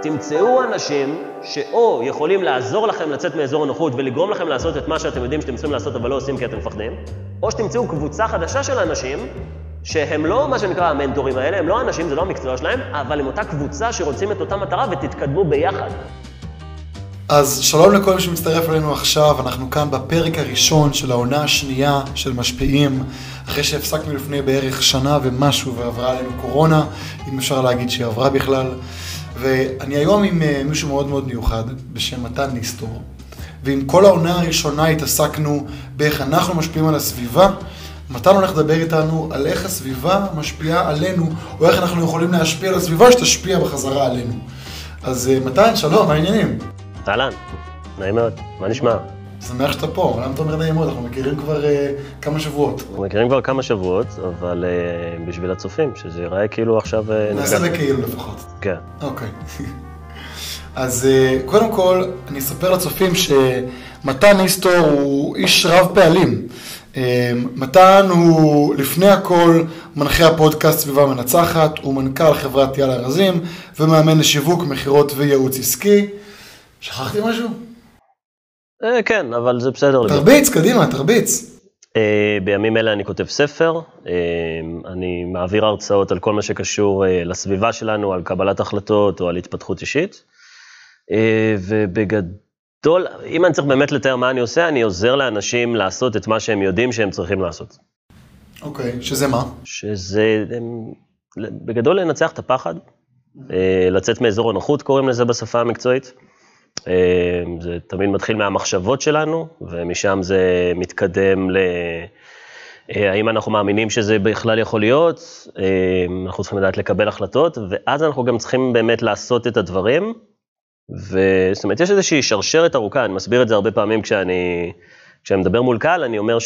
תמצאו אנשים שאו יכולים לעזור לכם לצאת מאזור הנוחות ולגרום לכם לעשות את מה שאתם יודעים שאתם צריכים לעשות אבל לא עושים כי אתם מפחדים, או שתמצאו קבוצה חדשה של אנשים שהם לא מה שנקרא המנטורים האלה, הם לא אנשים, זה לא המקצוע שלהם, אבל הם אותה קבוצה שרוצים את אותה מטרה ותתקדמו ביחד. אז שלום לכל מי שמצטרף אלינו עכשיו, אנחנו כאן בפרק הראשון של העונה השנייה של משפיעים, אחרי שהפסקנו לפני בערך שנה ומשהו ועברה עלינו קורונה, אם אפשר להגיד שהיא עברה בכלל, ואני היום עם מישהו מאוד מאוד מיוחד בשם מתן ניסטור, ועם כל העונה הראשונה התעסקנו באיך אנחנו משפיעים על הסביבה. מתן הולך לדבר איתנו על איך הסביבה משפיעה עלינו, או איך אנחנו יכולים להשפיע על הסביבה שתשפיע בחזרה עלינו. אז מתן, שלום, מה העניינים? אהלן, נעים מאוד, מה נשמע? שמח שאתה פה, למה אתה אומר נעים מאוד? אנחנו מכירים כבר כמה שבועות. אנחנו מכירים כבר כמה שבועות, אבל בשביל הצופים, שזה ייראה כאילו עכשיו... נעשה בכאילו לפחות. כן. אוקיי. אז קודם כל, אני אספר לצופים שמתן ניסטור הוא איש רב פעלים. מתן הוא לפני הכל מנחה הפודקאסט סביבה מנצחת, הוא מנכ"ל חברת יאללה רזים, ומאמן לשיווק, מחירות וייעוץ עסקי. שכחתי משהו? כן, אבל זה בסדר. תרביץ, קדימה, תרביץ. בימים אלה אני כותב ספר, אני מעביר הרצאות על כל מה שקשור לסביבה שלנו, על קבלת החלטות או על התפתחות אישית, ובגדול, אם אני צריך באמת לתאר מה אני עושה, אני עוזר לאנשים לעשות את מה שהם יודעים שהם צריכים לעשות. אוקיי, שזה מה? שזה, בגדול לנצח את הפחד, לצאת מאזור הנוחות, קוראים לזה בשפה המקצועית. זה תמיד מתחיל מהמחשבות שלנו, ומשם זה מתקדם האם אנחנו מאמינים שזה בכלל יכול להיות, אנחנו צריכים לדעת לקבל החלטות, ואז אנחנו גם צריכים באמת לעשות את הדברים, זאת אומרת, יש איזושהי שרשרת ארוכה, אני מסביר את זה הרבה פעמים כשאני מדבר מול קהל, אני אומר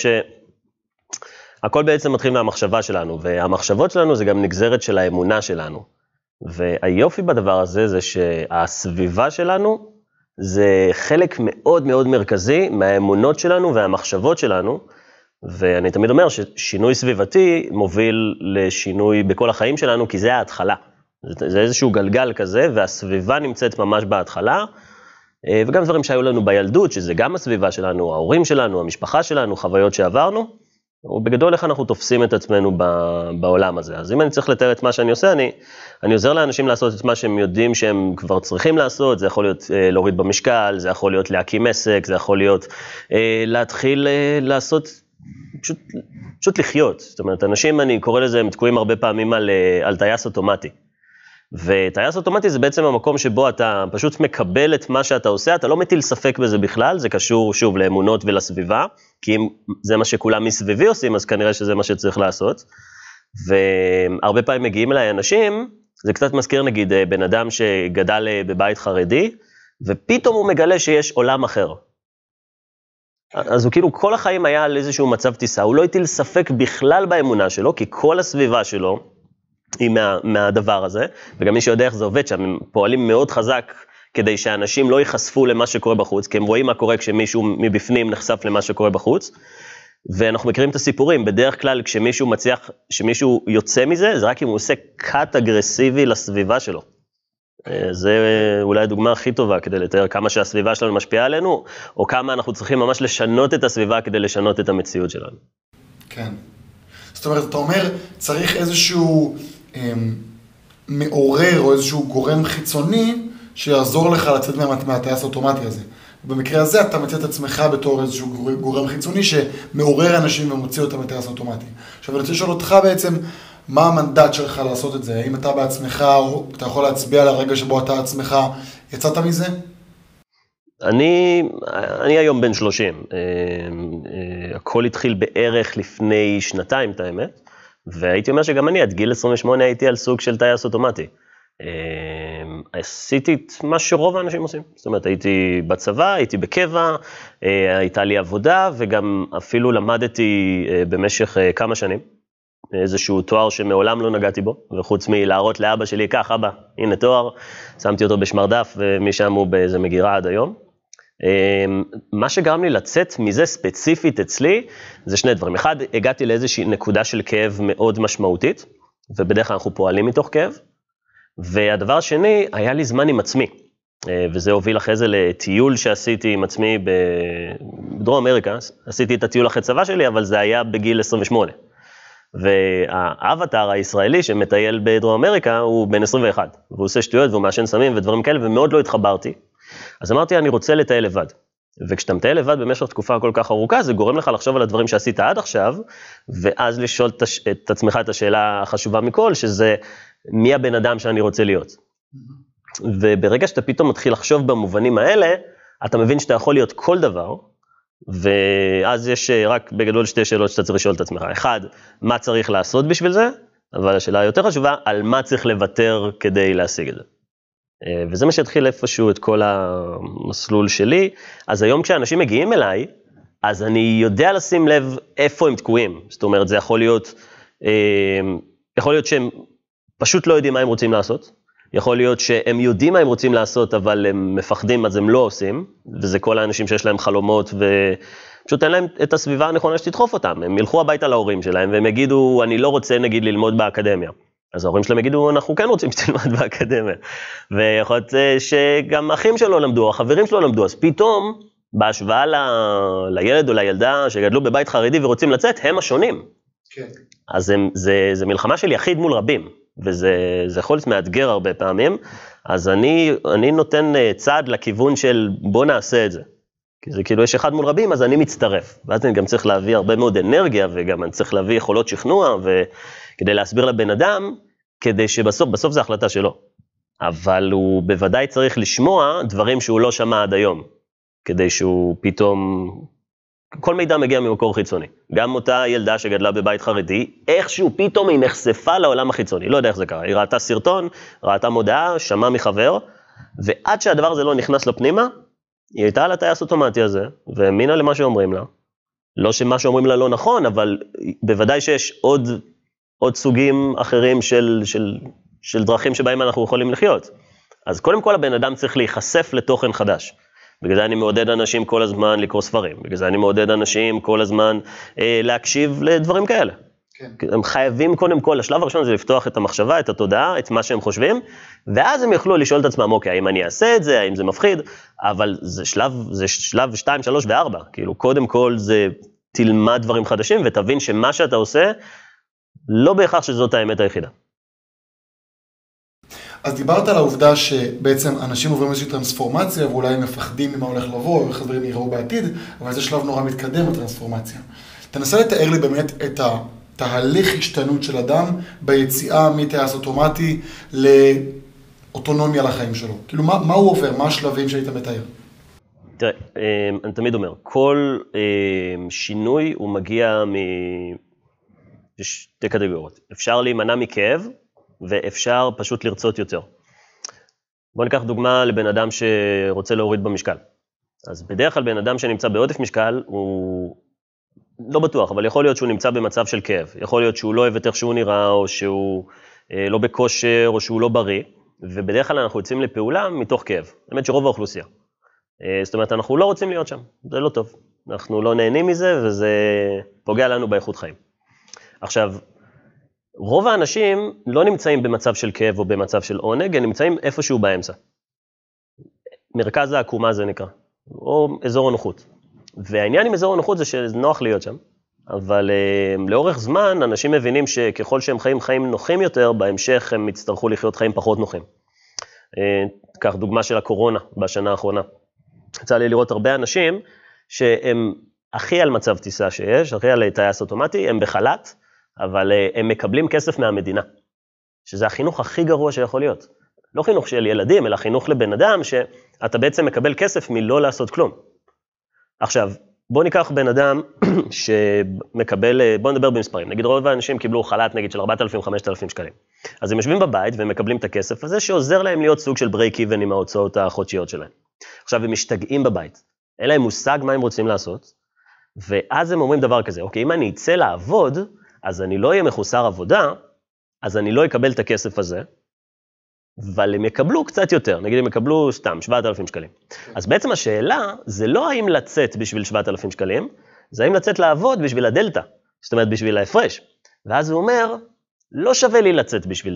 שהכל בעצם מתחיל מהמחשבה שלנו, והמחשבות שלנו זה גם נגזרת של האמונה שלנו, והיופי בדבר הזה זה שהסביבה שלנו, זה חלק מאוד מאוד מרכזי מהאמונות שלנו והמחשבות שלנו, ואני תמיד אומר ששינוי סביבתי מוביל לשינוי בכל החיים שלנו, כי זה ההתחלה. זה איזשהו גלגל כזה, והסביבה נמצאת ממש בהתחלה, וגם דברים שהיו לנו בילדות, שזה גם הסביבה שלנו, ההורים שלנו, המשפחה שלנו, חוויות שעברנו, ובגדול איך אנחנו תופסים את עצמנו בעולם הזה. אז אם אני צריך לתאר את מה שאני עושה, אני עוזר לאנשים לעשות את מה שהם יודעים שהם כבר צריכים לעשות, זה יכול להיות להוריד במשקל, זה יכול להיות להקים עסק, זה יכול להיות להתחיל לעשות, פשוט לחיות. זאת אומרת, אנשים, אני קורא לזה, הם תקועים הרבה פעמים על טייס אוטומטי. וטייס אוטומטי זה בעצם המקום שבו אתה פשוט מקבל את מה שאתה עושה, אתה לא מטיל ספק בזה בכלל, זה קשור שוב לאמונות ולסביבה, כי אם זה מה שכולם מסביבי עושים, אז כנראה שזה מה שצריך לעשות. והרבה פעמים מגיעים אליי אנשים, זה קצת מזכיר נגיד בן אדם שגדל בבית חרדי, ופתאום הוא מגלה שיש עולם אחר. אז הוא כאילו כל החיים היה על איזשהו מצב טיסה, הוא לא הטיל ספק בכלל באמונה שלו, כי כל הסביבה שלו, היא מהדבר הזה, וגם מי שיודע איך זה עובד, שהם פועלים מאוד חזק, כדי שאנשים לא ייחשפו למה שקורה בחוץ, כי הם רואים מה קורה כשמישהו מבפנים נחשף למה שקורה בחוץ, ואנחנו מכירים את הסיפורים, בדרך כלל כשמישהו מצליח, שמישהו יוצא מזה, זה רק אם הוא עושה קאט אגרסיבי לסביבה שלו. זה אולי הדוגמה הכי טובה, כדי לתאר כמה שהסביבה שלנו משפיעה עלינו, או כמה אנחנו צריכים ממש לשנות את הסביבה, כדי לשנות את המציאות שלנו. כן. זאת אומרת, אתה אומר, צריך איזשהו מעורר או איזשהו גורם חיצוני שיעזור לך לצאת מהטייס האוטומטי הזה. במקרה הזה אתה מצא את עצמך בתור איזשהו גורם חיצוני שמעורר אנשים ומוציא אותם מהטייס האוטומטי. עכשיו אני רוצה לשאול אותך בעצם, מה המנדט שלך לעשות את זה? האם אתה בעצמך או אתה יכול להצביע על הרגע שבו אתה עצמך יצאת מזה? אני היום בן 30, הכל התחיל בערך לפני שנתיים, את האמת, והייתי אומר שגם אני עד גיל 28 הייתי על סוג של טייס אוטומטי. עשיתי את מה שרוב האנשים עושים, זאת אומרת הייתי בצבא, הייתי בקבע, הייתה לי עבודה וגם אפילו למדתי במשך כמה שנים, איזשהו תואר שמעולם לא נגעתי בו, וחוץ מלהראות לאבא שלי, כך אבא, הנה תואר, שמתי אותו בשמרדף ומשם הוא באיזה מגירה עד היום. מה שגרם לי לצאת מזה ספציפית אצלי, זה שני דברים. אחד, הגעתי לאיזושהי נקודה של כאב מאוד משמעותית, ובדרך כלל אנחנו פועלים מתוך כאב, והדבר השני, היה לי זמן עם עצמי, וזה הוביל אחרי זה לטיול שעשיתי עם עצמי בדרום אמריקה, עשיתי את הטיול אחרי צבא שלי, אבל זה היה בגיל 28. והאבטר הישראלי שמטייל בדרום אמריקה הוא בן 21, והוא עושה שטויות והוא מעשן סמים ודברים כאלה, ומאוד לא התחברתי. אז אמרתי, אני רוצה לטייל לבד. וכשאתה מטייל לבד במשך תקופה כל כך ארוכה, זה גורם לך לחשוב על הדברים שעשית עד עכשיו, ואז לשאול את עצמך את השאלה החשובה מכל, שזה מי הבן אדם שאני רוצה להיות. וברגע שאתה פתאום מתחיל לחשוב במובנים האלה, אתה מבין שאתה יכול להיות כל דבר, ואז יש רק בגדול שתי שאלות שאתה צריך לשאול את עצמך. אחד, מה צריך לעשות בשביל זה? אבל השאלה היותר חשובה, על מה צריך לוותר כדי להשיג את זה. וזה מה שהתחיל איפשהו את כל המסלול שלי. אז היום כשאנשים מגיעים אליי, אז אני יודע לשים לב איפה הם תקועים. זאת אומרת, זה יכול להיות שהם פשוט לא יודעים מה הם רוצים לעשות. יכול להיות שהם יודעים מה הם רוצים לעשות, אבל הם מפחדים, אז הם לא עושים. וזה כל האנשים שיש להם חלומות, ופשוט אין להם את הסביבה הנכונה שתדחוף אותם. הם ילכו הביתה להורים שלהם, והם יגידו, אני לא רוצה נגיד ללמוד באקדמיה. אז ההורים שלהם יגידו, אנחנו כן רוצים שתלמד באקדמיה. ויכול להיות שגם אחים שלו למדו, החברים שלו למדו, אז פתאום, בהשוואה לילד או לילדה שגדלו בבית חרדי ורוצים לצאת, הם השונים. כן. אז זה מלחמה של יחיד מול רבים, וזה יכול להיות מאתגר הרבה פעמים, אז אני נותן צעד לכיוון של בוא נעשה את זה. כי זה כאילו יש אחד מול רבים, אז אני מצטרף. ואז אני גם צריך להביא הרבה מאוד אנרגיה, וגם אני צריך להביא יכולות שכנוע, וכדי להסביר לבן אדם, כדי בסוף זה החלטה שלו. אבל הוא בוודאי צריך לשמוע דברים שהוא לא שמע עד היום, כדי שהוא פתאום, כל מידע מגיע ממקור חיצוני. גם אותה ילדה שגדלה בבית חרדי, איכשהו פתאום היא נחשפה לעולם החיצוני, לא יודע איך זה קרה, היא ראתה סרטון, ראתה מודעה, שמעה מחבר, ועד שהדבר הזה לא נכנס לפנימה, היא הייתה על הטייס אוטומטי הזה, והאמינה למה שאומרים לה. לא שמה שאומרים לה לא נכון, אבל בוודאי שיש עוד סוגים אחרים של דרכים שבהם אנחנו יכולים לחיות. אז קודם כל הבן אדם צריך להיחשף לתוכן חדש. בגלל זה אני מעודד אנשים כל הזמן לקרוא ספרים, בגלל זה אני מעודד אנשים כל הזמן להקשיב לדברים כאלה. כן. הם חייבים קודם כל, השלב הראשון זה לפתוח את המחשבה, את התודעה, את מה שהם חושבים, ואז הם יוכלו לשאול את עצמם, אוקיי, האם אני אעשה את זה, האם זה מפחיד, אבל זה שלב 2, 3 ו-4, כאילו קודם כל זה תלמד דברים חדשים, ותבין שמה שאתה עושה, לא בהכרח שזאת האמת היחידה. אז דיברת על העובדה שבעצם אנשים עוברים איזושהי טרנספורמציה, ואולי הם מפחדים ממה הולך לבוא, או איך דברים יראו בעתיד, אבל זה שלב נורא מתקדם בטרנספורמציה. תנסה לתאר לי באמת את התהליך השתנות של אדם ביציאה מטייס אוטומטי לאוטונומיה לחיים שלו. כאילו מה הוא עובר, מה השלבים שהיית מתאר? תראה, אני תמיד אומר, כל שינוי הוא מגיע משתי קטגוריות. אפשר להימנע מכאב, ואפשר פשוט לרצות יותר. בוא ניקח דוגמה לבן אדם שרוצה להוריד במשקל. אז בדרך כלל בן אדם שנמצא בעודף משקל, הוא לא בטוח, אבל יכול להיות שהוא נמצא במצב של כאב. יכול להיות שהוא לא אוהב את איך שהוא נראה, או שהוא לא בכושר, או שהוא לא בריא. ובדרך כלל אנחנו יוצאים לפעולה מתוך כאב. באמת שרוב האוכלוסייה. זאת אומרת, אנחנו לא רוצים להיות שם. זה לא טוב. אנחנו לא נהנים מזה, וזה פוגע לנו באיכות חיים. עכשיו, רוב האנשים לא נמצאים במצב של כאב או במצב של עונג, הם נמצאים איפשהו באמצע. מרכז העקומה זה נקרא, או אזור הנוחות. והעניין עם אזור הנוחות זה שנוח להיות שם, אבל לאורך זמן אנשים מבינים שככל שהם חיים נוחים יותר, בהמשך הם יצטרכו לחיות חיים פחות נוחים. כך דוגמה של הקורונה בשנה האחרונה. יצא לי לראות הרבה אנשים שהם הכי על מצב טיסה שיש, הכי על טייס אוטומטי, הם בחל"ת, אבל הם מקבלים כסף מהמדינה, שזה החינוך הכי גרוע שיכול להיות. לא חינוך של ילדים, אלא חינוך לבן אדם, שאתה בעצם מקבל כסף מלא לעשות כלום. עכשיו, בוא ניקח בן אדם שמקבל, בוא נדבר במספרים, נגיד רוב האנשים קיבלו חל"ת נגיד של 4,000-5,000 שקלים. אז הם יושבים בבית והם מקבלים את הכסף הזה, שעוזר להם להיות סוג של ברייק איבן עם ההוצאות החודשיות שלהם. עכשיו הם משתגעים בבית, אין להם מושג מה הם רוצים לעשות, ואז הם אומרים דבר כזה, אוקיי, אם אני אצא לעבוד, אז אני לא אהיה מחוסר עבודה, אז אני לא אקבל את הכסף הזה, אבל הם יקבלו קצת יותר, נגיד הם יקבלו סתם 7,000 שקלים. אז בעצם השאלה, זה לא האם לצאת בשביל 7,000 שקלים, זה האם לצאת לעבוד בשביל הדלטה, זאת אומרת בשביל ההפרש. ואז הוא אומר, לא שווה לי לצאת בשביל זה,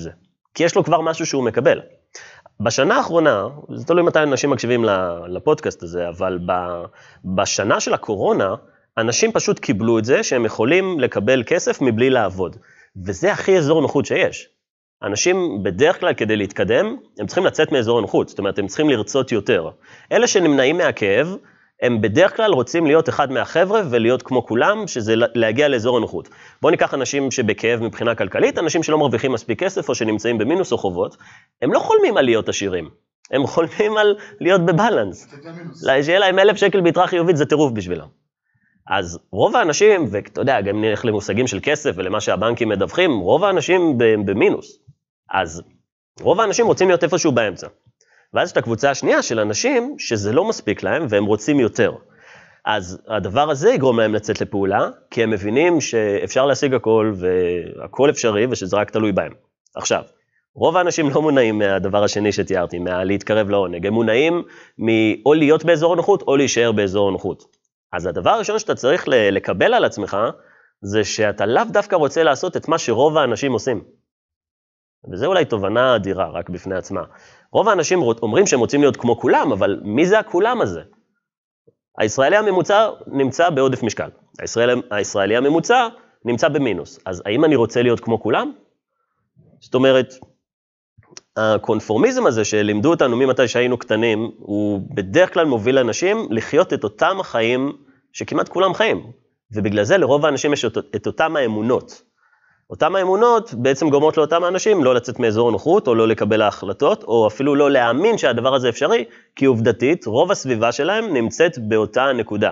כי יש לו כבר משהו שהוא מקבל. בשנה האחרונה, זה תלוי מתי אנשים מקשיבים לפודקאסט הזה, אבל בשנה של הקורונה, אנשים פשוט קיבלו את זה שהם יכולים לקבל כסף מבלי לעבוד. וזה הכי אזור נוחות שיש. אנשים בדרך כלל כדי להתקדם, הם צריכים לצאת מאזור הנוחות, זאת אומרת, הם צריכים לרצות יותר. אלה שנמנעים מהכאב, הם בדרך כלל רוצים להיות אחד מהחבר'ה ולהיות כמו כולם, שזה להגיע לאזור הנוחות. בואו ניקח אנשים שבכאב מבחינה כלכלית, אנשים שלא מרוויחים מספיק כסף או שנמצאים במינוס או חובות, הם לא חולמים על להיות עשירים, הם חולמים על להיות בבלנס. שיהיה להם 1,000 שקל ביתרה חיובית, זה טירוף בשבילם. אז רוב האנשים, ואתה יודע, גם נלך למושגים של כסף ולמה שהבנקים מדווחים, רוב האנשים במינוס. אז רוב האנשים רוצים להיות איפשהו באמצע. ואז יש את הקבוצה השנייה של אנשים שזה לא מספיק להם והם רוצים יותר. אז הדבר הזה יגרום להם לצאת לפעולה, כי הם מבינים שאפשר להשיג הכל והכל אפשרי ושזה רק תלוי בהם. עכשיו, רוב האנשים לא מונעים מהדבר השני שתיארתי, להתקרב לעונג. הם מונעים או להיות באזור הנוחות או להישאר באזור הנוחות. אז הדבר הראשון שאתה צריך לקבל על עצמך, זה שאתה לאו דווקא רוצה לעשות את מה שרוב האנשים עושים. וזה אולי תובנה אדירה רק בפני עצמה. רוב האנשים אומרים שהם רוצים להיות כמו כולם, אבל מי זה הכולם הזה? הישראלי הממוצע נמצא בעודף משקל. הישראלי הממוצע נמצא במינוס. אז האם אני רוצה להיות כמו כולם? זאת אומרת, הקונפורמיזם הזה שלימדו אותנו ממתי שהיינו קטנים, הוא בדרך כלל מוביל אנשים לחיות את אותם החיים שכמעט כולם חיים. ובגלל זה לרוב האנשים יש את אותם האמונות. אותם האמונות בעצם גורמות לאותם האנשים לא לצאת מאזור הנוחות, או לא לקבל ההחלטות, או אפילו לא להאמין שהדבר הזה אפשרי, כי עובדתית רוב הסביבה שלהם נמצאת באותה נקודה.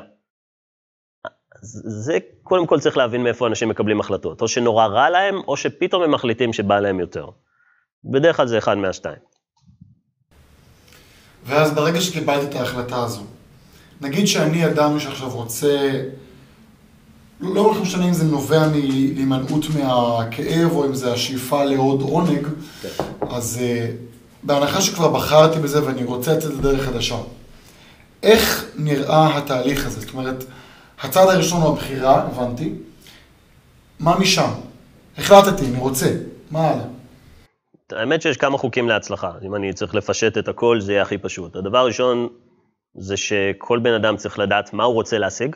זה קודם כל צריך להבין מאיפה אנשים מקבלים החלטות, או שנורא רע להם, או שפתאום הם מחליטים שבא להם יותר. בדרך כלל זה אחד מהשתיים. ואז ברגע שקיבלתי את ההחלטה הזו, נגיד שאני אדם שעכשיו רוצה, לא משנה אם זה נובע להימנעות מהכאב, או אם זה השאיפה לעוד עונג, אז בהנחה שכבר בחרתי בזה ואני רוצה לצאת לדרך חדשה, איך נראה התהליך הזה? זאת אומרת, הצעד הראשון הוא הבחירה, הבנתי, מה משם? החלטתי, אני רוצה, מה הלאה? האמת שיש כמה חוקים להצלחה, אם אני צריך לפשט את הכל זה יהיה הכי פשוט. הדבר הראשון זה שכל בן אדם צריך לדעת מה הוא רוצה להשיג,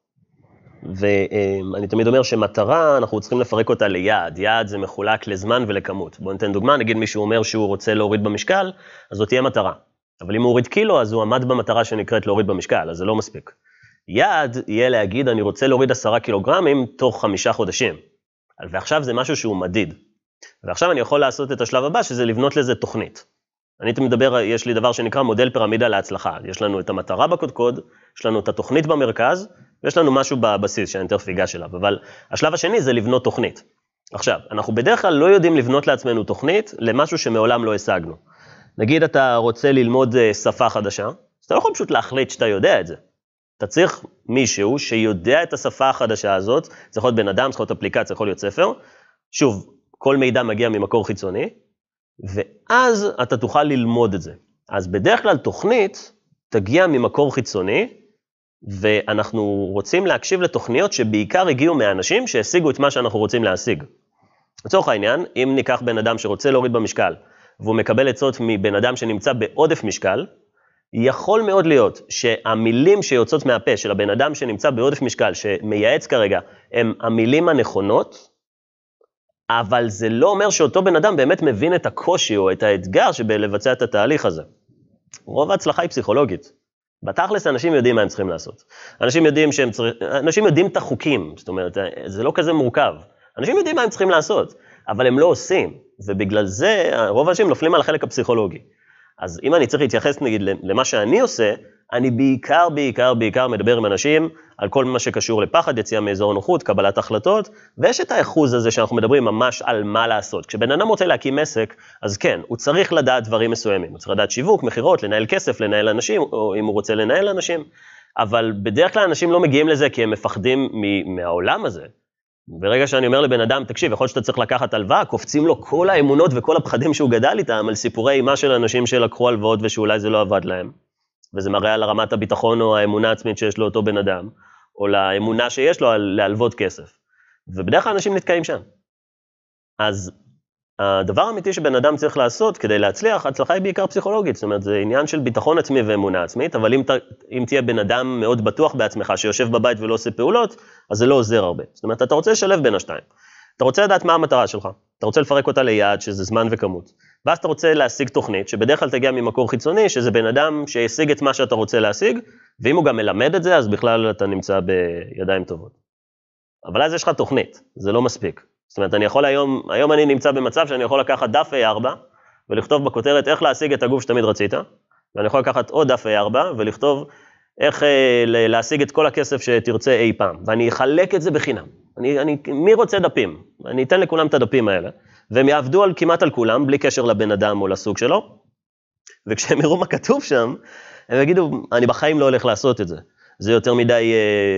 ואני תמיד אומר שמטרה אנחנו צריכים לפרק אותה ליעד, יעד זה מחולק לזמן ולכמות. בואו ניתן דוגמה, נגיד מישהו אומר שהוא רוצה להוריד במשקל, אז זאת תהיה מטרה. אבל אם הוא הוריד קילו, אז הוא עמד במטרה שנקראת להוריד במשקל, אז זה לא מספיק. יעד יהיה להגיד, אני רוצה להוריד 10 קילוגרמים תוך 5 חודשים. ועכשיו זה משהו שהוא מדיד. ועכשיו אני יכול לעשות את השלב הבא, שזה לבנות לזה תוכנית. אני מדבר, יש לי דבר שנקרא מודל פירמידה להצלחה. יש לנו את המטרה בקודקוד, יש לנו את התוכנית במרכז, ויש לנו משהו בבסיס שאני תכף אגש אליו. אבל השלב השני זה לבנות תוכנית. עכשיו, אנחנו בדרך כלל לא יודעים לבנות לעצמנו תוכנית למשהו שמעולם לא השגנו. נגיד אתה רוצה ללמוד שפה חדשה, אז אתה לא יכול פשוט להחליט שאתה יודע את זה. אתה צריך מישהו שיודע את השפה החדשה הזאת, זה יכול להיות בן אדם, זה יכול להיות אפליקציה, זה יכול להיות ספר. שוב, כל מידע מגיע ממקור חיצוני, ואז אתה תוכל ללמוד את זה. אז בדרך כלל תוכנית תגיע ממקור חיצוני, ואנחנו רוצים להקשיב לתוכניות שבעיקר הגיעו מהאנשים שהשיגו את מה שאנחנו רוצים להשיג. לצורך העניין, אם ניקח בן אדם שרוצה להוריד במשקל, והוא מקבל עצות מבן אדם שנמצא בעודף משקל, יכול מאוד להיות שהמילים שיוצאות מהפה של הבן אדם שנמצא בעודף משקל, שמייעץ כרגע, הם המילים הנכונות, אבל זה לא אומר שאותו בן אדם באמת מבין את הקושי או את האתגר שבלבצע את התהליך הזה. רוב ההצלחה היא פסיכולוגית. בתכלס אנשים יודעים מה הם צריכים לעשות. אנשים יודעים את החוקים, זאת אומרת, זה לא כזה מורכב. אנשים יודעים מה הם צריכים לעשות, אבל הם לא עושים, ובגלל זה רוב האנשים נופלים על החלק הפסיכולוגי. אז אם אני צריך להתייחס נגיד למה שאני עושה, אני בעיקר מדבר עם אנשים על כל מה שקשור לפחד, יציאה מאזור נוחות, קבלת החלטות, ויש את האחוז הזה שאנחנו מדברים ממש על מה לעשות. כשבן אדם רוצה להקים עסק, אז כן, הוא צריך לדעת דברים מסוימים, הוא צריך לדעת שיווק, מחירות, לנהל כסף, לנהל אנשים, או אם הוא רוצה לנהל אנשים, אבל בדרך כלל אנשים לא מגיעים לזה כי הם מפחדים מהעולם הזה. ברגע שאני אומר לבן אדם, תקשיב, יכול להיות שאתה צריך לקחת הלוואה, קופצים לו כל האמונות וכל הפחדים שהוא גדל איתם, על סיפורי אימה של אנשים שלקחו הלוואות ושאולי זה לא עבד להם. וזה מראה על רמת הביטחון או האמונה העצמית שיש לו אותו בן אדם, או לאמונה שיש לו על להלוות כסף. ובדרך כלל אנשים נתקעים שם. אז הדבר האמיתי שבן אדם צריך לעשות כדי להצליח, הצלחה היא בעיקר פסיכולוגית, זאת אומרת, זה עניין של ביטחון עצמי ואמונה עצמית, אבל אם תהיה בן אדם מאוד בטוח בעצמך, שיושב בבית ולא עושה פעולות, אז זה לא עוזר הרבה. זאת אומרת, אתה רוצה לשלב בין השתיים. אתה רוצה לדעת מה המטרה שלך, אתה רוצה לפרק אותה ליעד, שזה זמן וכמות, ואז אתה רוצה להשיג תוכנית, שבדרך כלל תגיע ממקור חיצוני, שזה בן אדם שישיג את מה שאתה רוצה להשיג, ואם הוא גם מלמד את זה, אז בכלל אתה נמצא בידיים טובות. אבל אז יש לך תוכנית, זה לא מספיק. זאת אומרת, אני יכול היום אני נמצא במצב שאני יכול לקחת דף A4, ולכתוב בכותרת איך להשיג את הגוף שתמיד רצית, ואני יכול לקחת עוד דף A4, ולכתוב איך להשיג את כל הכסף שתרצה אי פעם, ואני אחלק את זה בחינם. מי רוצה דפים? אני אתן לכולם את הדפים האלה, והם יעבדו כמעט על כולם, בלי קשר לבן אדם או לסוג שלו, וכשהם יראו מה כתוב שם, הם יגידו, אני בחיים לא הולך לעשות את זה. זה יותר מדי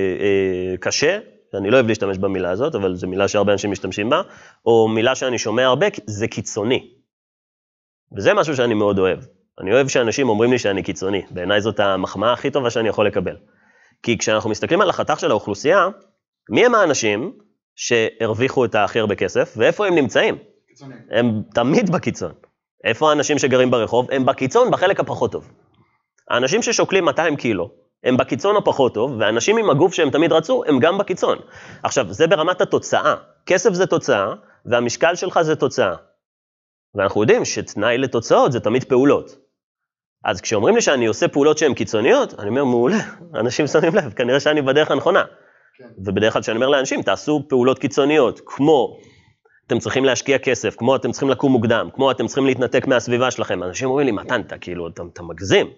קשה, אני לא אוהב להשתמש במילה הזאת, אבל זו מילה שהרבה אנשים משתמשים בה, או מילה שאני שומע הרבה, זה קיצוני. וזה משהו שאני מאוד אוהב. אני אוהב שאנשים אומרים לי שאני קיצוני. בעיניי זאת המחמאה הכי טובה שאני יכול לקבל. כי כשאנחנו מסתכלים על החתך של האוכלוסייה, מי הם האנשים שהרוויחו את הכי הרבה כסף, ואיפה הם נמצאים? קיצוני. הם תמיד בקיצון. איפה האנשים שגרים ברחוב? הם בקיצון בחלק הפחות טוב. האנשים ששוקלים 200 קילו, הם בקיצון הפחות טוב, ואנשים עם הגוף שהם תמיד רצו, הם גם בקיצון. עכשיו, זה ברמת התוצאה. כסף זה תוצאה, והמשקל שלך זה תוצאה. ואנחנו יודעים שתנאי לתוצאות זה תמיד פעולות. אז כשאומרים לי שאני עושה פעולות שהן קיצוניות, אני אומר, מעולה, אנשים שמים לב, כנראה שאני בדרך הנכונה. כן. ובדרך כלל שאני אומר לאנשים, תעשו פעולות קיצוניות, כמו אתם צריכים להשקיע כסף, כמו אתם צריכים לקום מוקדם, כמו אתם צריכים להתנתק מהסביבה שלכם. אנשים אומרים לי, מתן, אתה מגזים.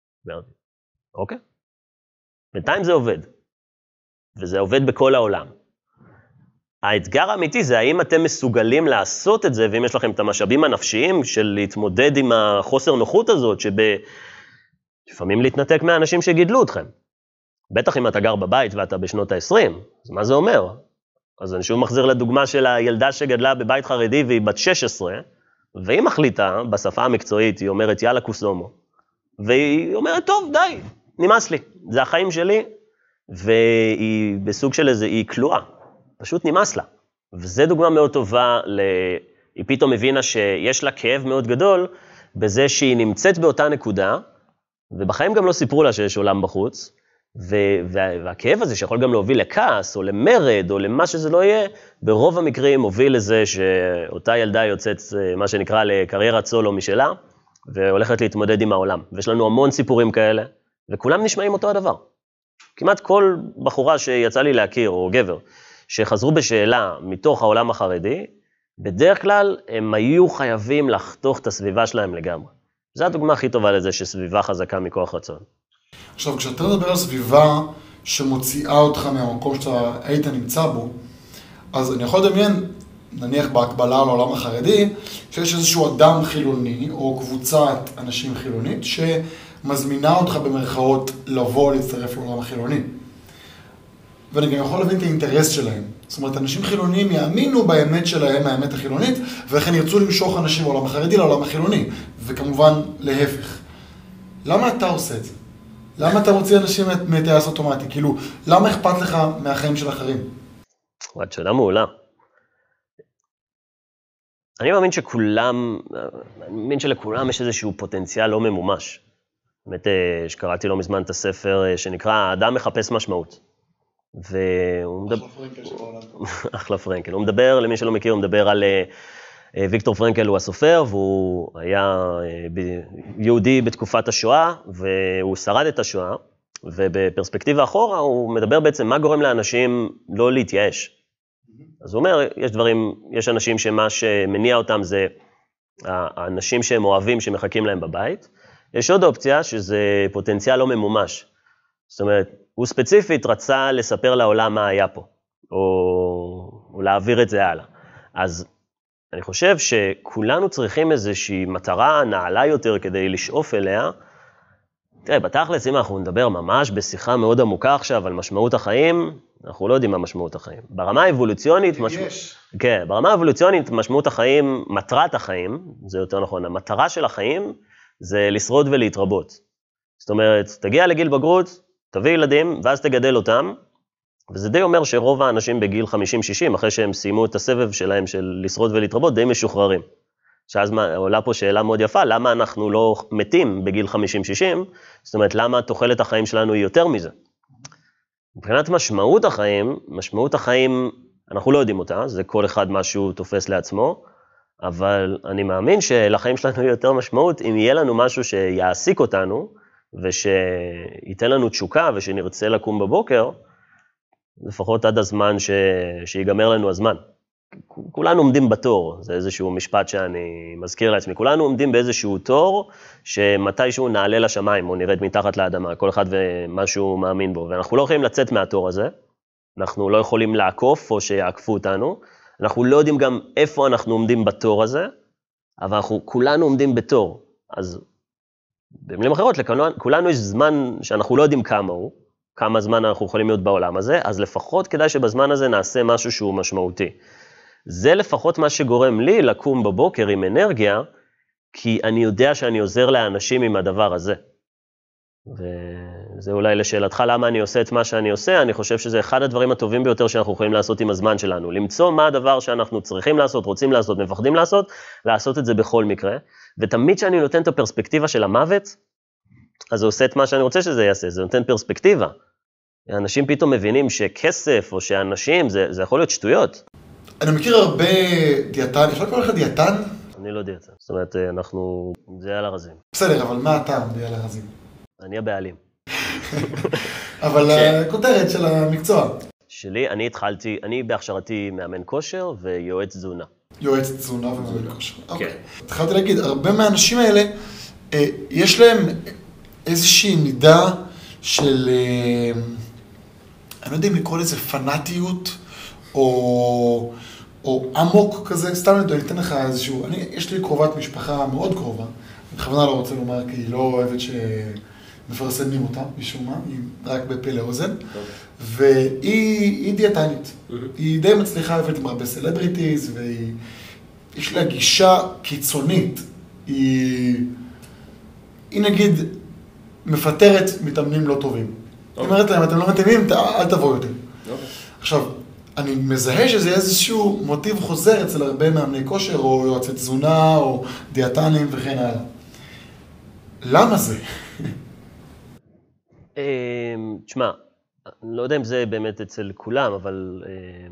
אוקיי? בינתיים זה עובד. וזה עובד בכל העולם. האתגר האמיתי זה האם אתם מסוגלים לעשות את זה, ואם יש לכם את המשאבים הנפשיים של להתמודד עם החוסר נוחות הזאת, לפעמים להתנתק מהאנשים שגידלו אתכם. בטח אם אתה גר בבית ואתה בשנות ה-20, אז מה זה אומר? אז אני שוב מחזיר לדוגמה של הילדה שגדלה בבית חרדי והיא בת 16, והיא מחליטה, בשפה המקצועית, היא אומרת יאללה קוסומו, והיא אומרת טוב די, נמאס לי, זה החיים שלי, והיא בסוג של איזה, היא כלואה. פשוט נמאס לה. וזו דוגמה מאוד טובה, היא פתאום הבינה שיש לה כאב מאוד גדול, בזה שהיא נמצאת באותה נקודה, ובחיים גם לא סיפרו לה שיש עולם בחוץ, והכאב הזה שיכול גם להוביל לכעס, או למרד, או למה שזה לא יהיה, ברוב המקרים הוביל לזה שאותה ילדה יוצאת, מה שנקרא, לקריירת סולו משלה, והולכת להתמודד עם העולם. ויש לנו המון סיפורים כאלה, וכולם נשמעים אותו הדבר. כמעט כל בחורה שיצא לי להכיר, או גבר, שחזרו בשאלה מתוך העולם החרדי, בדרך כלל הם היו חייבים לחתוך את הסביבה שלהם לגמרי. זו הדוגמה הכי טובה לזה שסביבה חזקה מכוח רצון. עכשיו, כשאתה מדבר על סביבה שמוציאה אותך מהמקום שאתה היית נמצא בו, אז אני יכול לדמיין, נניח בהקבלה לעולם החרדי, שיש איזשהו אדם חילוני או קבוצת אנשים חילונית שמזמינה אותך במרכאות לבוא להצטרף לעולם החילוני. ואני גם יכול להבין את האינטרס שלהם. זאת אומרת, אנשים חילוניים יאמינו באמת שלהם, האמת החילונית, ולכן ירצו למשוך אנשים בעולם החרדי לעולם החילוני, וכמובן להפך. למה אתה עושה את זה? למה אתה מוציא אנשים מטייס אוטומטי? כאילו, למה אכפת לך מהחיים של אחרים? וואט, שאלה מעולה. אני מאמין שלכולם יש איזשהו פוטנציאל לא ממומש. באמת, שקראתי לא מזמן את הספר שנקרא, האדם מחפש משמעות. אחלה פרנקל. הוא מדבר, למי שלא מכיר, הוא מדבר על ויקטור פרנקל, הוא הסופר, והוא היה יהודי בתקופת השואה, והוא שרד את השואה, ובפרספקטיבה אחורה הוא מדבר בעצם מה גורם לאנשים לא להתייאש. אז הוא אומר, יש אנשים שמה שמניע אותם זה האנשים שהם אוהבים שמחכים להם בבית, יש עוד אופציה שזה פוטנציאל לא ממומש. זאת אומרת, הוא ספציפית רצה לספר לעולם מה היה פה, או להעביר את זה הלאה. אז אני חושב שכולנו צריכים איזושהי מטרה נעלה יותר כדי לשאוף אליה. תראה, בתכלס, אם אנחנו נדבר ממש בשיחה מאוד עמוקה עכשיו על משמעות החיים, אנחנו לא יודעים מה משמעות החיים. ברמה האבולוציונית, כן, ברמה האבולוציונית, משמעות החיים, מטרת החיים, זה יותר נכון, המטרה של החיים זה לשרוד ולהתרבות. זאת אומרת, תגיע לגיל בגרות, תביא ילדים, ואז תגדל אותם, וזה די אומר שרוב האנשים בגיל 50-60, אחרי שהם סיימו את הסבב שלהם של לשרוד ולהתרבות, די משוחררים. שאז עולה פה שאלה מאוד יפה, למה אנחנו לא מתים בגיל 50-60? זאת אומרת, למה תוחלת החיים שלנו היא יותר מזה? מבחינת משמעות החיים, אנחנו לא יודעים אותה, זה כל אחד מה שהוא תופס לעצמו, אבל אני מאמין שלחיים שלנו יהיה יותר משמעות, אם יהיה לנו משהו שיעסיק אותנו, ושייתן לנו תשוקה, ושנרצה לקום בבוקר, לפחות עד הזמן שיגמר לנו הזמן. כולנו עומדים בתור, זה איזשהו משפט שאני מזכיר לעצמי, כולנו עומדים באיזשהו תור, שמתישהו נעלה לשמיים, או נרד מתחת לאדמה, כל אחד ומה שהוא מאמין בו, ואנחנו לא יכולים לצאת מהתור הזה, אנחנו לא יכולים לעקוף, או שיעקפו אותנו, אנחנו לא יודעים גם איפה אנחנו עומדים בתור הזה, אבל אנחנו כולנו עומדים בתור, אז במילים אחרות, לכולנו יש זמן שאנחנו לא יודעים כמה זמן אנחנו יכולים להיות בעולם הזה, אז לפחות כדאי שבזמן הזה נעשה משהו שהוא משמעותי. זה לפחות מה שגורם לי לקום בבוקר עם אנרגיה, כי אני יודע שאני עוזר לאנשים עם הדבר הזה. וזה אולי לשאלתך למה אני עושה את מה שאני עושה, אני חושב שזה אחד הדברים הטובים ביותר שאנחנו יכולים לעשות עם הזמן שלנו, למצוא מה הדבר שאנחנו צריכים לעשות, רוצים לעשות, מפחדים לעשות את זה בכל מקרה, ותמיד שאני נותן את הפרספקטיבה של המוות, אז זה עושה את מה שאני רוצה שזה יעשה, זה נותן פרספקטיבה. אנשים פתאום מבינים שכסף או שאנשים, זה יכול להיות שטויות. אני מכיר הרבה דיאטן, אפשר לקרוא לך דיאטן? אני לא דיאטן, זאת אומרת, זה על הרזים. בסדר, אבל מה אתה על הרזים? אני הבעלים. אבל הכותרת של המקצוע. שלי, אני בהכשרתי מאמן כושר ויועץ תזונה. יועץ תזונה ומאמן כושר. אוקיי. התחלתי להגיד, הרבה מהאנשים האלה, יש להם איזושהי מידה של, אני לא יודע אם לקרוא לזה פנאטיות, או עמוק כזה, סתם אני אתן לך איזשהו, יש לי קרובת משפחה מאוד קרובה, אני בכוונה לא רוצה לומר כי היא לא אוהבת שמפרסמים אותה משום מה, היא רק בפה לאוזן, והיא דיאטנית, היא די מצליחה, עובדת עם הרבה סלבריטיז, ויש לה גישה קיצונית, היא נגיד מפטרת מתאמנים לא טובים. היא אומרת להם, אתם לא מתאימים, אל תבואו יותר. עכשיו, אני מזהה שזה איזשהו מוטיב חוזר אצל הרבה מאמני כושר, או יועצי תזונה, או דיאטנים וכן הלאה. למה זה? תשמע, אני לא יודע אם זה באמת אצל כולם, אבל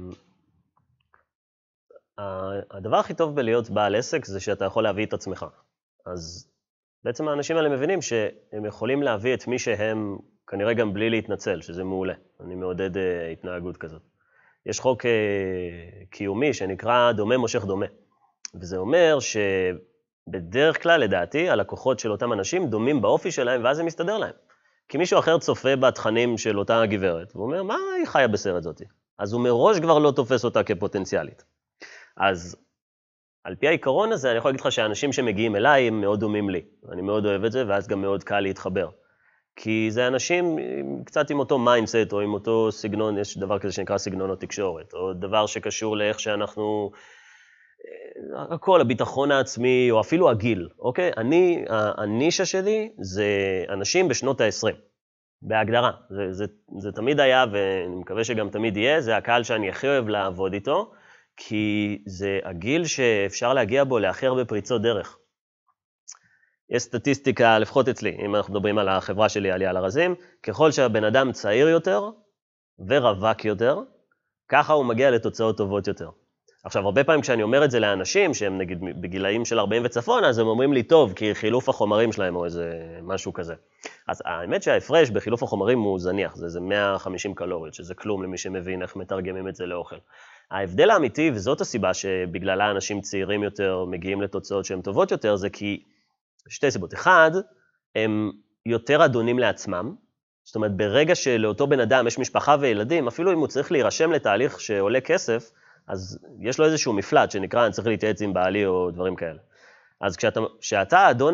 הדבר הכי טוב בלהיות בעל עסק זה שאתה יכול להביא את עצמך. אז בעצם האנשים האלה מבינים שהם יכולים להביא את מי שהם, כנראה גם בלי להתנצל, שזה מעולה. אני מעודד התנהגות כזאת. יש חוק קיומי שנקרא דומה מושך דומה. וזה אומר שבדרך כלל, לדעתי, הלקוחות של אותם אנשים דומים באופי שלהם, ואז זה מסתדר להם. כי מישהו אחר צופה בתכנים של אותה גברת, והוא אומר, מה היא חיה בסרט זאתי? אז הוא מראש כבר לא תופס אותה כפוטנציאלית. אז על פי העיקרון הזה, אני יכול להגיד לך שהאנשים שמגיעים אליי הם מאוד דומים לי. אני מאוד אוהב את זה, ואז גם מאוד קל להתחבר. כי זה אנשים קצת עם אותו מיינדסט, או עם אותו סגנון, יש דבר כזה שנקרא סגנון התקשורת, או דבר שקשור לאיך שאנחנו, הכל, הביטחון העצמי, או אפילו הגיל, אוקיי? הנישה שלי זה אנשים בשנות ה-20, בהגדרה. זה תמיד היה, ואני מקווה שגם תמיד יהיה, זה הקהל שאני הכי אוהב לעבוד איתו, כי זה הגיל שאפשר להגיע בו להכי הרבה פריצות דרך. יש סטטיסטיקה, לפחות אצלי, אם אנחנו מדברים על החברה שלי, עלייה על הרזים, ככל שהבן אדם צעיר יותר ורווק יותר, ככה הוא מגיע לתוצאות טובות יותר. עכשיו, הרבה פעמים כשאני אומר את זה לאנשים, שהם נגיד בגילאים של 40 וצפון, אז הם אומרים לי טוב, כי חילוף החומרים שלהם או איזה משהו כזה. אז האמת שההפרש בחילוף החומרים הוא זניח, זה 150 קלוריות, שזה כלום למי שמבין איך מתרגמים את זה לאוכל. ההבדל האמיתי, וזאת הסיבה שבגללה אנשים צעירים יותר מגיעים לתוצאות שהן טובות יותר, זה כי שתי סיבות. אחד, הם יותר אדונים לעצמם, זאת אומרת, ברגע שלאותו בן אדם יש משפחה וילדים, אפילו אם הוא צריך להירשם לתהליך שעולה כסף, אז יש לו איזשהו מפלט שנקרא, אני צריך להתייעץ עם בעלי או דברים כאלה. אז כשאתה האדון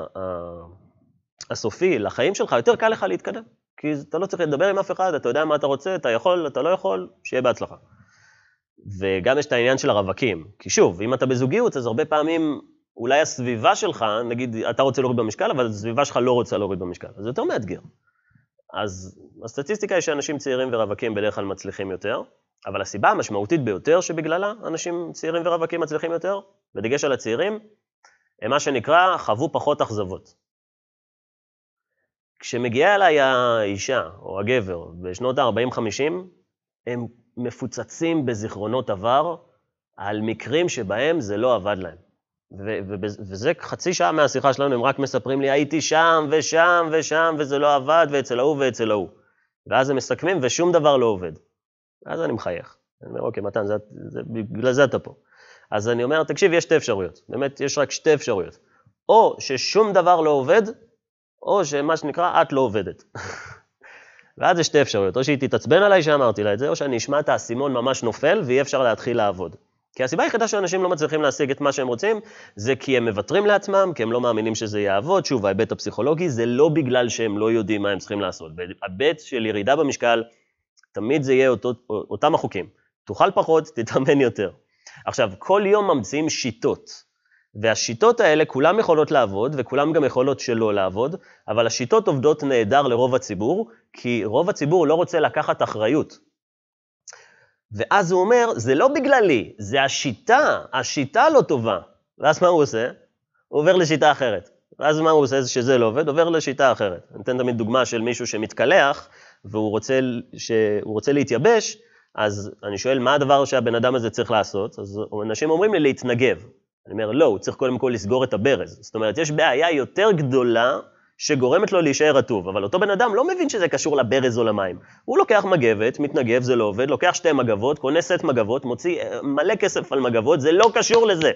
הסופי לחיים שלך, יותר קל לך להתקדם, כי אתה לא צריך לדבר עם אף אחד, אתה יודע מה אתה רוצה, אתה יכול, אתה לא יכול, שיהיה בהצלחה. וגם יש את העניין של הרווקים, כי שוב, אם אתה בזוגיות, אז הרבה פעמים אולי הסביבה שלך, נגיד, אתה רוצה להוריד במשקל, אבל הסביבה שלך לא רוצה להוריד במשקל, אז זה יותר מאתגר. אז הסטטיסטיקה היא שאנשים צעירים ורווקים בדרך כלל מצליחים יותר, אבל הסיבה המשמעותית ביותר שבגללה אנשים צעירים ורווקים מצליחים יותר, בדגש על הצעירים, הם מה שנקרא, חוו פחות אכזבות. כשמגיעה אליי האישה או הגבר בשנות ה-40-50, הם מפוצצים בזיכרונות עבר על מקרים שבהם זה לא עבד להם. וזה חצי שעה מהשיחה שלנו, הם רק מספרים לי, הייתי שם ושם ושם וזה לא עבד, ואצל ההוא ואצל ההוא. ואז הם מסכמים ושום דבר לא עובד. אז אני מחייך. אני אומר, אוקיי, מתן, בגלל זה אתה פה. אז אני אומר, תקשיב, יש שתי אפשרויות. באמת, יש רק שתי אפשרויות. או ששום דבר לא עובד, או שמה שנקרא, את לא עובדת. ואז יש שתי אפשרויות. או שהיא תתעצבן עליי שאמרתי לה את זה, או שאני אשמע את האסימון ממש נופל, ואי אפשר להתחיל לעבוד. כי הסיבה היחידה שאנשים לא מצליחים להשיג את מה שהם רוצים, זה כי הם מוותרים לעצמם, כי הם לא מאמינים שזה יעבוד. שוב, ההיבט הפסיכולוגי זה לא בגלל שהם לא יודעים מה הם צריכים לעשות. בהיבט של ירידה במשקל, תמיד זה יהיה אותם החוקים. תאכל פחות, תתאמן יותר. עכשיו, כל יום ממציאים שיטות. והשיטות האלה כולם יכולות לעבוד, וכולם גם יכולות שלא לעבוד, אבל השיטות עובדות נהדר לרוב הציבור, כי רוב הציבור לא רוצה לקחת אחריות. ואז הוא אומר, זה לא בגללי, זה השיטה לא טובה. ואז מה הוא עושה? הוא עובר לשיטה אחרת. ואז מה הוא עושה שזה לא עובד? עובר לשיטה אחרת. אני אתן תמיד דוגמה של מישהו שמתקלח, והוא רוצה להתייבש, אז אני שואל מה הדבר שהבן אדם הזה צריך לעשות, אז אנשים אומרים לי להתנגב. אני אומר, לא, הוא צריך קודם כל לסגור את הברז. זאת אומרת, יש בעיה יותר גדולה שגורמת לו להישאר רטוב, אבל אותו בן אדם לא מבין שזה קשור לברז או למים. הוא לוקח מגבת, מתנגב, זה לא עובד, לוקח שתי מגבות, קונה סט מגבות, מוציא מלא כסף על מגבות, זה לא קשור לזה.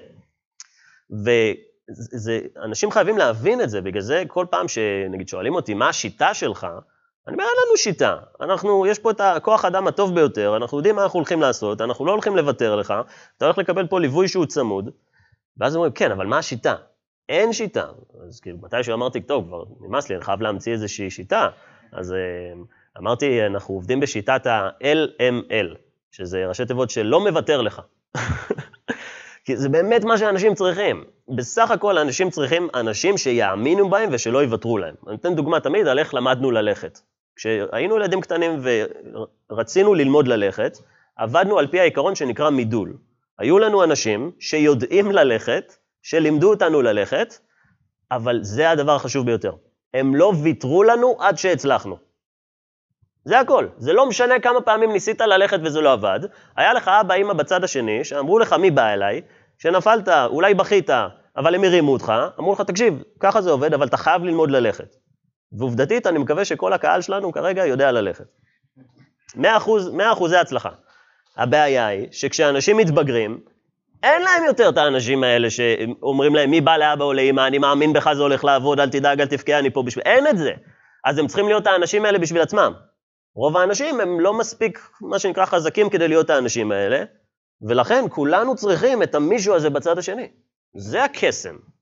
אנשים חייבים להבין את זה, בגלל זה כל פעם שנגיד שואלים אותי, מה השיטה שלך? אני אומר, אין לנו שיטה. יש פה את הכוח האדם הטוב ביותר, אנחנו יודעים מה אנחנו הולכים לעשות, אנחנו לא הולכים לוותר לך, אתה הולך לקבל פה ליווי שהוא צמוד, ואז אומרים, כן, אבל מה השיטה? אין שיטה. אז כאילו, מתי שאמרתי, טוב, כבר נמאס לי, אני חייב להמציא איזושהי שיטה. אז אמרתי, אנחנו עובדים בשיטת ה-LML, שזה ראשי תיבות שלא מוותר לך. כי זה באמת מה שאנשים צריכים. בסך הכל אנשים צריכים אנשים שיאמינו בהם ושלא יוותרו להם. אני אתן דוגמה תמיד על איך למדנו ללכת. כשהיינו ילדים קטנים ורצינו ללמוד ללכת, עבדנו על פי העיקרון שנקרא מידול. היו לנו אנשים שיודעים ללכת, שלימדו אותנו ללכת, אבל זה הדבר החשוב ביותר. הם לא ויתרו לנו עד שהצלחנו. זה הכל. זה לא משנה כמה פעמים ניסית ללכת וזה לא עבד. היה לך אבא, אמא בצד השני, שאמרו לך מי בא אליי, שנפלת, אולי בכית, אבל הם הרימו אותך, אמרו לך, תקשיב, ככה זה עובד, אבל אתה חייב ללמוד ללכת. ועובדתית, אני מקווה שכל הקהל שלנו כרגע יודע ללכת. 100% זה הצלחה. הבעיה היא שכשאנשים מתבגרים, אין להם יותר את האנשים האלה שאומרים להם, מי בא לאבא או לאמא, אני מאמין בך, זה הולך לעבוד, אל תדאג, אל תבכה, אני פה בשביל... אין את זה. אז הם צריכים להיות האנשים האלה בשביל עצמם. רוב האנשים הם לא מספיק, מה שנקרא, חזקים כדי להיות האנשים האלה, ולכן כולנו צריכים את המישהו הזה בצד השני. זה הקסם.